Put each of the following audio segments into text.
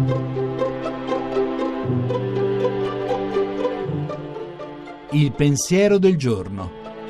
Il pensiero del giorno.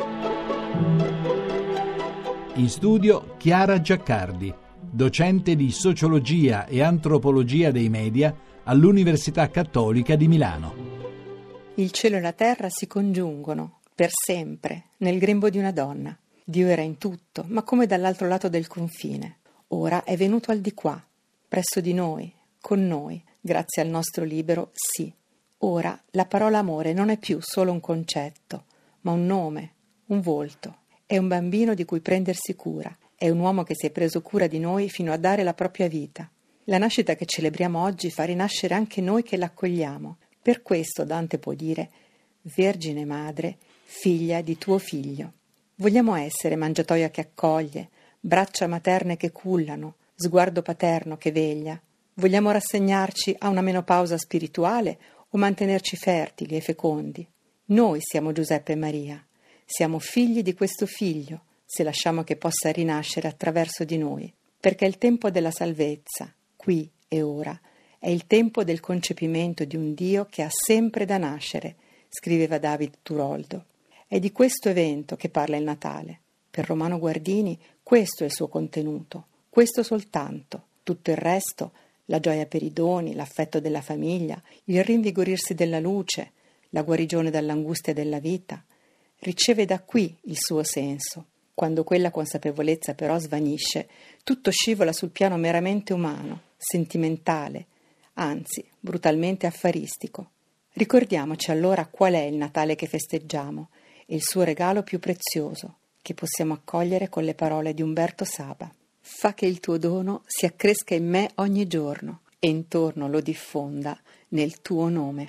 In studio Chiara Giaccardi, docente di sociologia e antropologia dei media all'Università Cattolica di Milano. Il cielo e la terra si congiungono per sempre nel grembo di una donna. Dio era in tutto, ma come dall'altro lato del confine. Ora è venuto al di qua, presso di noi, con noi, grazie al nostro libero sì. Ora la parola amore non è più solo un concetto, ma un nome, un volto. È un bambino di cui prendersi cura. È un uomo che si è preso cura di noi fino a dare la propria vita. La nascita che celebriamo oggi fa rinascere anche noi che l'accogliamo. Per questo Dante può dire: Vergine Madre, figlia di tuo figlio. Vogliamo essere mangiatoia che accoglie, braccia materne che cullano, sguardo paterno che veglia. Vogliamo rassegnarci a una menopausa spirituale o mantenerci fertili e fecondi? Noi siamo Giuseppe e Maria. Siamo figli di questo figlio, se lasciamo che possa rinascere attraverso di noi, perché è il tempo della salvezza, qui e ora, è il tempo del concepimento di un Dio che ha sempre da nascere, scriveva David Turoldo. È di questo evento che parla il Natale. Per Romano Guardini questo è il suo contenuto, questo soltanto. Tutto il resto, la gioia per i doni, l'affetto della famiglia, il rinvigorirsi della luce, la guarigione dall'angustia della vita, riceve da qui il suo senso. Quando quella consapevolezza però svanisce, tutto scivola sul piano meramente umano, sentimentale, anzi brutalmente affaristico. Ricordiamoci allora qual è il Natale che festeggiamo e il suo regalo più prezioso, che possiamo accogliere con le parole di Umberto Saba. Fa che il tuo dono si accresca in me ogni giorno e intorno lo diffonda nel tuo nome.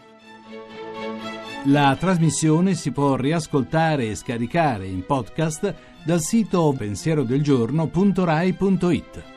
La trasmissione si può riascoltare e scaricare in podcast dal sito pensierodelgiorno.rai.it.